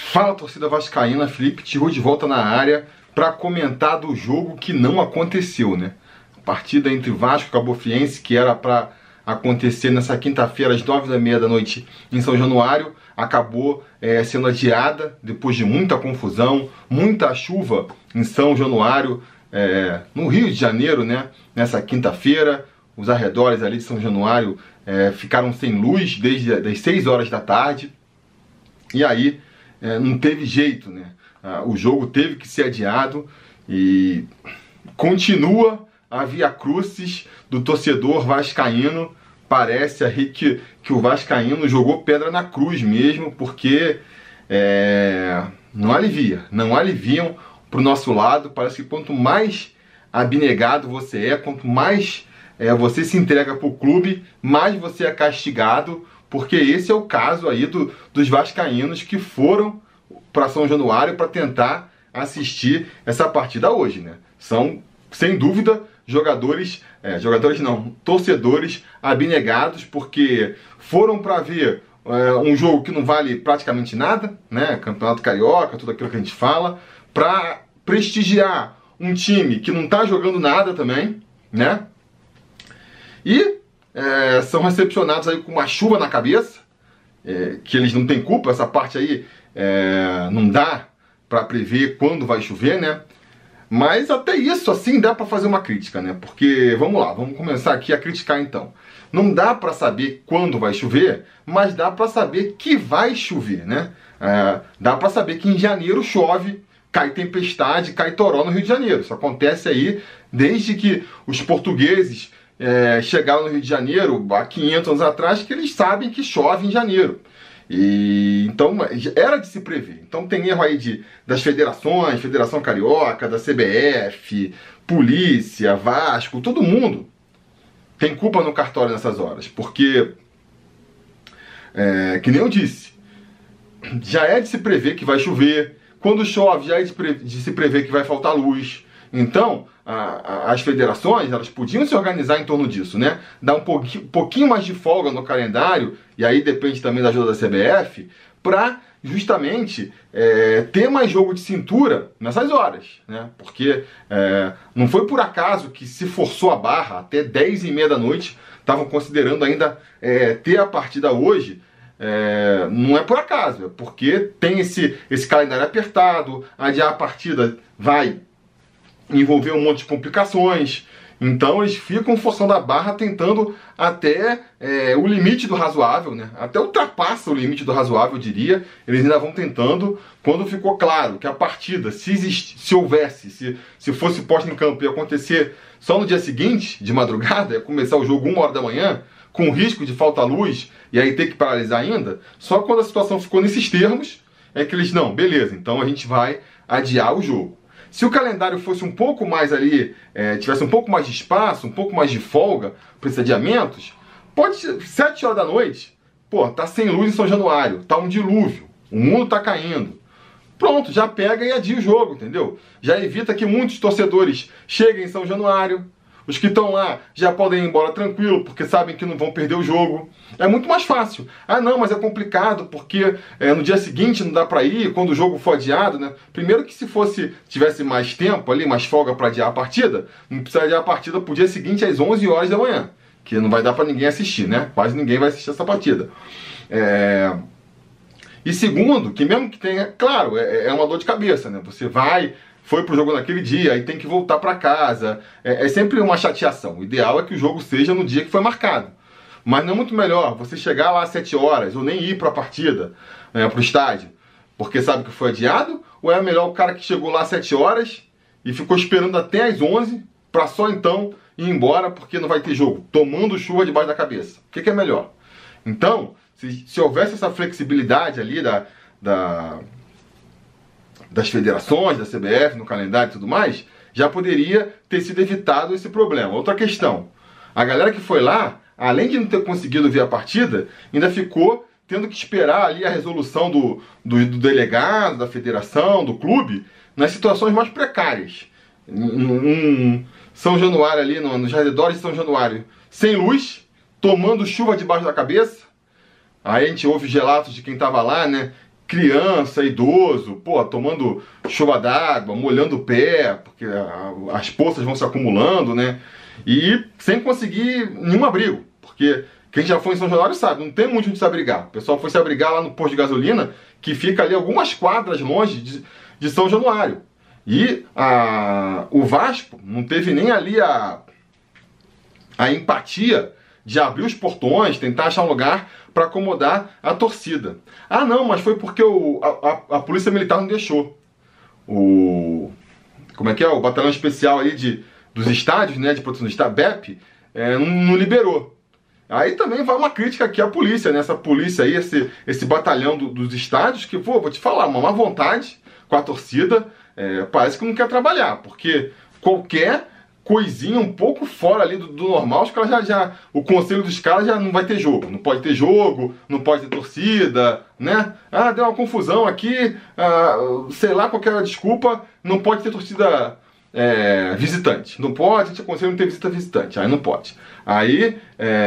Fala, torcida vascaína, Felipe Tiru de volta na área para comentar do jogo que não aconteceu, né? A partida entre Vasco e Cabo Friense, que era para acontecer nessa quinta-feira às 9h30 da noite em São Januário, acabou sendo adiada depois de muita confusão, muita chuva em São Januário, no Rio de Janeiro, né? Nessa quinta-feira, os arredores ali de São Januário ficaram sem luz desde as 6 horas da tarde, e aí não teve jeito, né? O jogo teve que ser adiado e continua a via crucis do torcedor vascaíno. Parece aí que o vascaíno jogou pedra na cruz mesmo, porque não aliviam para o nosso lado. Parece que quanto mais abnegado você é, quanto mais você se entrega para o clube, mais você é castigado, porque esse é o caso aí dos vascaínos que foram para São Januário para tentar assistir essa partida hoje, né? São, sem dúvida, torcedores abnegados, porque foram para ver um jogo que não vale praticamente nada, né? Campeonato Carioca, tudo aquilo que a gente fala, para prestigiar um time que não está jogando nada também, né? E são recepcionados aí com uma chuva na cabeça, que eles não têm culpa. Essa parte aí não dá para prever quando vai chover, né? Mas até isso, assim, dá para fazer uma crítica, né? Porque, vamos lá, vamos começar aqui a criticar então. Não dá para saber quando vai chover, mas dá para saber que vai chover, né? Dá para saber que em janeiro chove, cai tempestade, cai toró no Rio de Janeiro. Isso acontece aí desde que os portugueses chegaram no Rio de Janeiro há 500 anos atrás, que eles sabem que chove em janeiro. E então era de se prever. Então tem erro aí das federações, Federação Carioca, da CBF, Polícia, Vasco, todo mundo tem culpa no cartório nessas horas, porque que nem eu disse, já é de se prever que vai chover. Quando chove, já é de se prever que vai faltar luz. Então as federações, elas podiam se organizar em torno disso, né? Dar um pouquinho mais de folga no calendário, e aí depende também da ajuda da CBF, para justamente ter mais jogo de cintura nessas horas, né? Porque não foi por acaso que se forçou a barra até 10h30 da noite, estavam considerando ainda ter a partida hoje. Não é por acaso, é porque tem esse calendário apertado. Adiar a partida vai envolver um monte de complicações, então eles ficam forçando a barra, tentando até o limite do razoável, né? Até ultrapassa o limite do razoável, eu diria. Eles ainda vão tentando. Quando ficou claro que a partida, se houvesse, se fosse posta em campo e acontecer só no dia seguinte, de madrugada, ia começar o jogo 1h da manhã, com risco de faltar luz, e aí ter que paralisar ainda, só quando a situação ficou nesses termos, é que eles, não, beleza, então a gente vai adiar o jogo. Se o calendário fosse um pouco mais ali, tivesse um pouco mais de espaço, um pouco mais de folga para esses adiamentos, pode ser 7 horas da noite, pô, tá sem luz em São Januário, tá um dilúvio, o mundo tá caindo. Pronto, já pega e adia o jogo, entendeu? Já evita que muitos torcedores cheguem em São Januário. Os que estão lá já podem ir embora tranquilo, porque sabem que não vão perder o jogo. É muito mais fácil. Ah, não, mas é complicado, porque no dia seguinte não dá pra ir, quando o jogo for adiado, né? Primeiro que se tivesse mais tempo ali, mais folga pra adiar a partida, não precisa adiar a partida pro dia seguinte às 11 horas da manhã, que não vai dar pra ninguém assistir, né? Quase ninguém vai assistir essa partida. E segundo, que mesmo que tenha, claro, é uma dor de cabeça, né? Você foi pro jogo naquele dia, aí tem que voltar para casa. É sempre uma chateação. O ideal é que o jogo seja no dia que foi marcado. Mas não é muito melhor você chegar lá às 7 horas, ou nem ir para a partida, pro estádio, porque sabe que foi adiado? Ou é melhor o cara que chegou lá às 7 horas e ficou esperando até às 11 para só então ir embora porque não vai ter jogo, tomando chuva debaixo da cabeça? O que é melhor? Então, se houvesse essa flexibilidade ali das federações, da CBF, no calendário e tudo mais, já poderia ter sido evitado esse problema. Outra questão, a galera que foi lá, além de não ter conseguido ver a partida, ainda ficou tendo que esperar ali a resolução do delegado, da federação, do clube, nas situações mais precárias. São Januário ali, nos arredores de São Januário, sem luz, tomando chuva debaixo da cabeça. Aí a gente ouve relatos de quem estava lá, né? criança, idoso, pô, tomando chuva d'água, molhando o pé, porque as poças vão se acumulando, né? E sem conseguir nenhum abrigo, porque quem já foi em São Januário sabe, não tem muito onde se abrigar. O pessoal foi se abrigar lá no posto de gasolina, que fica ali algumas quadras longe de São Januário. E o Vasco não teve nem ali a empatia de abrir os portões, tentar achar um lugar para acomodar a torcida. Ah, não, mas foi porque a Polícia Militar não deixou. Como é que é? O Batalhão Especial aí dos estádios, né, de proteção do estado, BEP, não liberou. Aí também vai uma crítica aqui à polícia, né? Essa polícia aí, esse batalhão dos estádios, que, pô, vou te falar, uma má vontade com a torcida, parece que não quer trabalhar, porque qualquer coisinha um pouco fora ali do normal, os caras o conselho dos caras já não vai ter jogo. Não pode ter jogo, não pode ter torcida, né? Ah, deu uma confusão aqui, sei lá, qualquer desculpa, não pode ter torcida visitante. Não pode, a gente aconselha não ter visita visitante, aí não pode. Aí,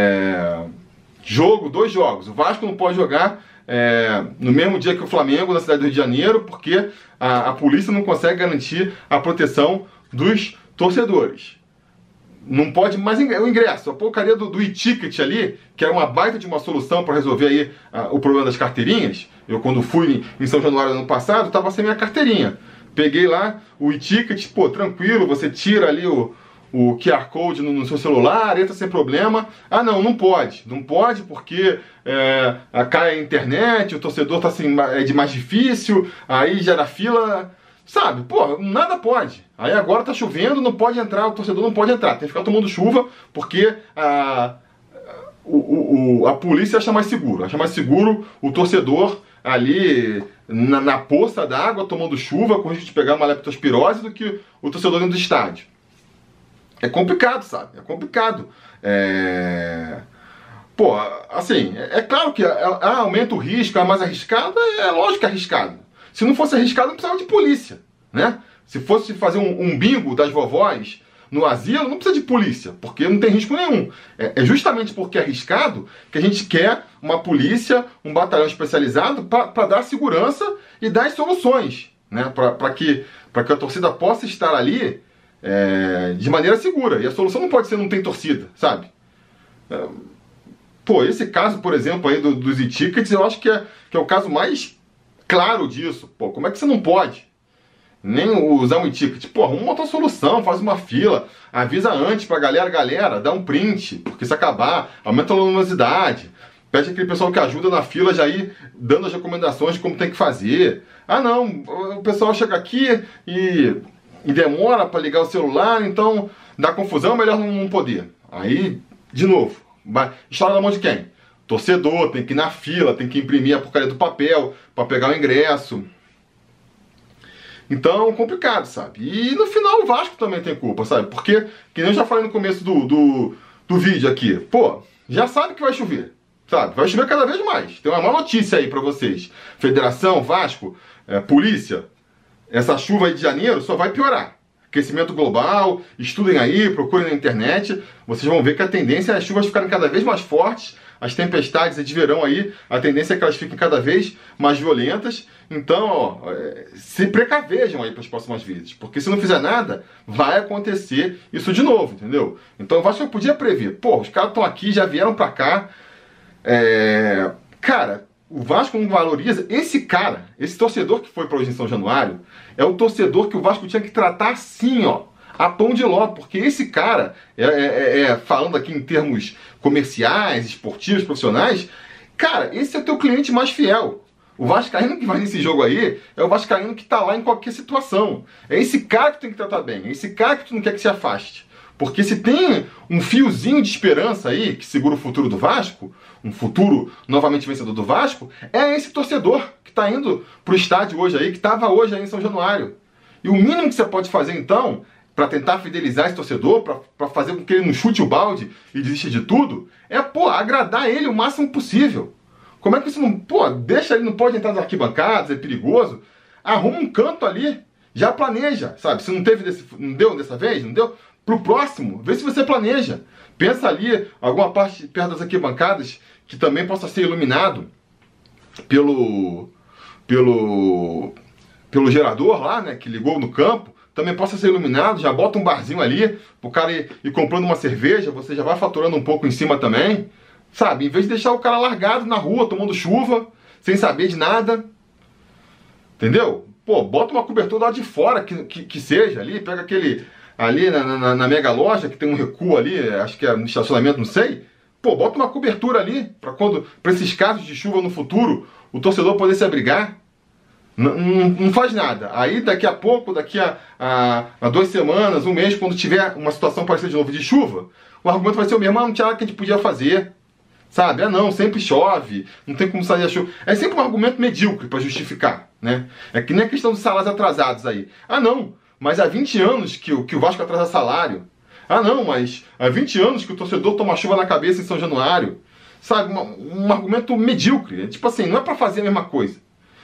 dois jogos. O Vasco não pode jogar no mesmo dia que o Flamengo, na cidade do Rio de Janeiro, porque a polícia não consegue garantir a proteção dos torcedores. Não pode mais o ingresso. A porcaria do e-ticket ali, que era uma baita de uma solução para resolver aí o problema das carteirinhas. Eu, quando fui em São Januário ano passado, estava sem minha carteirinha. Peguei lá o e-ticket, pô, tranquilo, você tira ali o QR Code no seu celular, entra sem problema. Ah, não pode. Não pode porque cai a internet, o torcedor tá assim, de mais difícil, aí gera fila. Sabe, pô, nada pode. Aí agora tá chovendo, não pode entrar, o torcedor não pode entrar. Tem que ficar tomando chuva, porque a polícia acha mais seguro. Acha mais seguro o torcedor ali na poça d'água, tomando chuva, com risco de pegar uma leptospirose, do que o torcedor dentro do estádio. É complicado, sabe? É complicado. Pô, assim, é claro que aumenta o risco, é mais arriscado, é lógico que é arriscado. Se não fosse arriscado, não precisava de polícia, né? Se fosse fazer um bingo das vovós no asilo, não precisa de polícia, porque não tem risco nenhum. É justamente porque é arriscado que a gente quer uma polícia, um batalhão especializado para dar segurança e dar as soluções, né? Para que a torcida possa estar ali de maneira segura. E a solução não pode ser não tem torcida, sabe? Pô, esse caso, por exemplo, aí dos e-tickets, eu acho que é o caso mais claro disso. Pô, como é que você não pode nem usar um e-ticket? Pô, arruma uma outra solução, faz uma fila, avisa antes pra galera, dá um print, porque se acabar, aumenta a luminosidade, pede aquele pessoal que ajuda na fila já ir dando as recomendações de como tem que fazer. Ah não, o pessoal chega aqui e demora para ligar o celular, então dá confusão, melhor não poder. Aí, de novo, estoura na mão de quem? Torcedor, tem que ir na fila, tem que imprimir a porcaria do papel para pegar o ingresso. Então, complicado, sabe? E no final o Vasco também tem culpa, sabe? Porque, que nem eu já falei no começo do vídeo aqui, pô, já sabe que vai chover, sabe? Vai chover cada vez mais. Tem uma má notícia aí pra vocês. Federação, Vasco, polícia, essa chuva aí de janeiro só vai piorar. Aquecimento global, estudem aí, procurem na internet, vocês vão ver que a tendência é as chuvas ficarem cada vez mais fortes, as tempestades de verão aí, a tendência é que elas fiquem cada vez mais violentas. Então, ó, se precavejam aí para as próximas vezes, porque se não fizer nada, vai acontecer isso de novo, entendeu? Então eu acho que eu podia prever. Pô, os caras estão aqui, já vieram para cá. Cara, o Vasco não valoriza esse cara, esse torcedor que foi para hoje em São Januário, é o torcedor que o Vasco tinha que tratar assim, ó, a tom de ló, porque esse cara, falando aqui em termos comerciais, esportivos, profissionais, cara, esse é o teu cliente mais fiel. O vascaíno que vai nesse jogo aí é o vascaíno que tá lá em qualquer situação. É esse cara que tu tem que tratar bem, é esse cara que tu não quer que se afaste. Porque se tem um fiozinho de esperança aí que segura o futuro do Vasco, um futuro novamente vencedor do Vasco, é esse torcedor que tá indo pro estádio hoje aí, que tava hoje aí em São Januário. E o mínimo que você pode fazer então, para tentar fidelizar esse torcedor, para fazer com que ele não chute o balde e desista de tudo, é, pô, agradar ele o máximo possível. Como é que você não, pô, deixa ele, não pode entrar nas arquibancadas, é perigoso, arruma um canto ali, já planeja, sabe? Se não deu dessa vez, não deu, pro próximo, vê se você planeja. Pensa ali, alguma parte perto das arquibancadas, que também possa ser iluminado pelo gerador lá, né, que ligou no campo, também possa ser iluminado. Já bota um barzinho ali, pro cara ir comprando uma cerveja, você já vai faturando um pouco em cima também, sabe? Em vez de deixar o cara largado na rua, tomando chuva, sem saber de nada, entendeu? Pô, bota uma cobertura lá de fora, que seja ali, pega aquele, ali na mega loja, que tem um recuo ali, acho que é no estacionamento, não sei. Pô, bota uma cobertura ali, pra esses casos de chuva no futuro, o torcedor poder se abrigar. Não faz nada. Aí daqui a pouco, daqui a 2 semanas, um mês, quando tiver uma situação parecida de novo de chuva, o argumento vai ser o mesmo: não tinha nada que a gente podia fazer, sabe? Não, sempre chove, não tem como sair a chuva. É sempre um argumento medíocre para justificar, né? É que nem a questão dos salários atrasados aí. Não, mas há 20 anos que o Vasco atrasa salário. Não, mas há 20 anos que o torcedor toma chuva na cabeça em São Januário. Sabe? Um argumento medíocre. Tipo assim, não é para fazer a mesma coisa.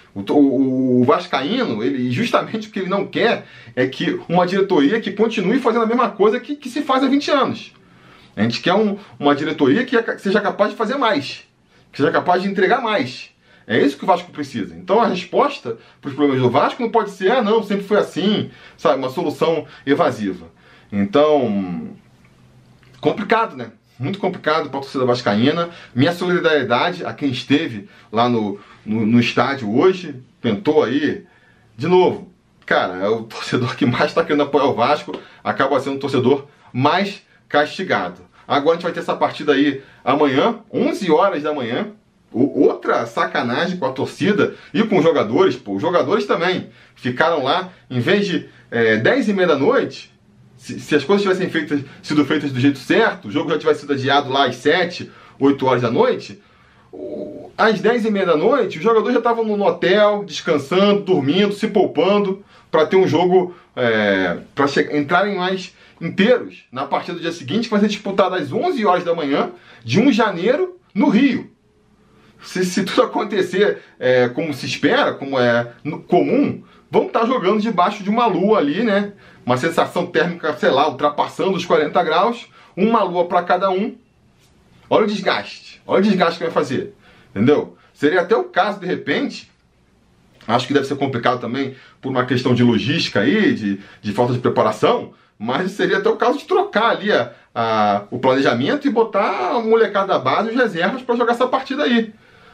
O vascaíno, ele, justamente o que ele não quer é que uma diretoria que continue fazendo a mesma coisa que se faz há 20 anos. A gente quer uma diretoria que seja capaz de fazer mais, que seja capaz de entregar mais. É isso que o Vasco precisa. Então a resposta para os problemas do Vasco não pode ser: não, sempre foi assim, sabe, uma solução evasiva. Então, complicado, né? Muito complicado para a torcida vascaína. Minha solidariedade a quem esteve lá no estádio hoje, tentou aí, de novo, cara, é o torcedor que mais está querendo apoiar o Vasco, acaba sendo o torcedor mais castigado. Agora a gente vai ter essa partida aí amanhã, 11 horas da manhã, outra sacanagem com a torcida e com os jogadores. Pô, os jogadores também ficaram lá, em vez de 10h30 da noite, se as coisas tivessem sido feitas do jeito certo, o jogo já tivesse sido adiado lá às 7, 8 horas da noite, às 10h30 da noite, os jogadores já estavam no hotel, descansando, dormindo, se poupando, para ter um jogo, para entrarem mais inteiros na partida do dia seguinte, que vai ser disputada às 11 horas da manhã, de 1 de janeiro, no Rio. Se tudo acontecer como se espera, como é comum, vão estar jogando debaixo de uma lua ali, né? Uma sensação térmica, sei lá, ultrapassando os 40 graus, uma lua para cada um. Olha o desgaste que vai fazer, entendeu? Seria até o caso, de repente, acho que deve ser complicado também por uma questão de logística aí, de falta de preparação, mas seria até o caso de trocar ali o planejamento e botar a molecada da base, os reservas, para jogar essa partida aí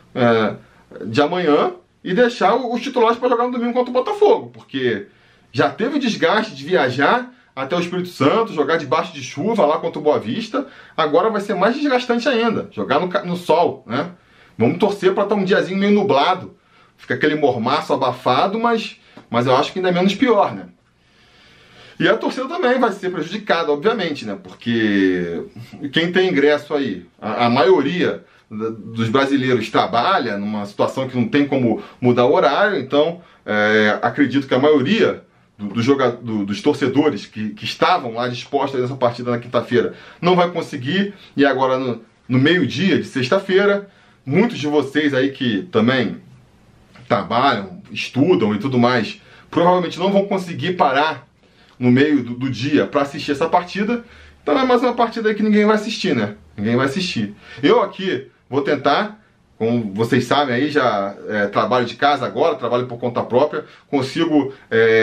de amanhã, e deixar os titulares para jogar no domingo contra o Botafogo, porque já teve o desgaste de viajar até o Espírito Santo, jogar debaixo de chuva lá contra o Boa Vista. Agora vai ser mais desgastante ainda, jogar no sol, né? Vamos torcer para estar um diazinho meio nublado, fica aquele mormaço abafado, mas eu acho que ainda é menos pior, né? E a torcida também vai ser prejudicada, obviamente, né? Porque quem tem ingresso aí, a maioria dos brasileiros trabalha numa situação que não tem como mudar o horário, então acredito que a maioria dos torcedores que estavam lá dispostos nessa partida na quinta-feira não vai conseguir, e agora no meio-dia de sexta-feira, muitos de vocês aí que também trabalham, estudam e tudo mais, provavelmente não vão conseguir parar no meio do dia para assistir essa partida. Então é mais uma partida aí que ninguém vai assistir, né? Ninguém vai assistir. Eu aqui vou tentar, como vocês sabem aí, já trabalho de casa agora, trabalho por conta própria, consigo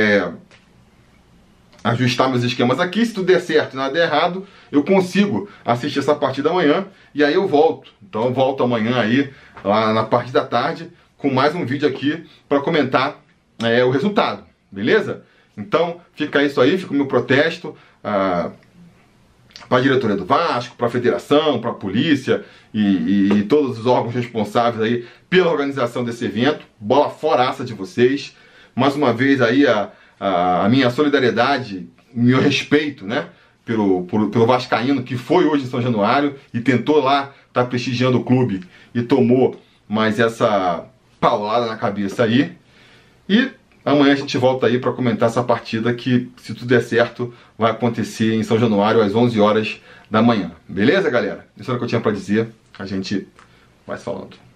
ajustar meus esquemas aqui. Se tudo der certo e nada der errado, eu consigo assistir essa partida amanhã, e aí eu volto. Então eu volto amanhã aí, lá na parte da tarde, com mais um vídeo aqui para comentar o resultado, beleza? Então fica isso aí, fica o meu protesto para a diretoria do Vasco, para a federação, para a polícia e todos os órgãos responsáveis aí pela organização desse evento. Bola foraça de vocês. Mais uma vez aí a minha solidariedade, meu respeito, né, pelo vascaíno que foi hoje em São Januário e tentou lá estar prestigiando o clube e tomou mais essa paulada na cabeça aí. E amanhã a gente volta aí para comentar essa partida que, se tudo der certo, vai acontecer em São Januário às 11 horas da manhã. Beleza, galera? Isso era o que eu tinha para dizer. A gente vai se falando.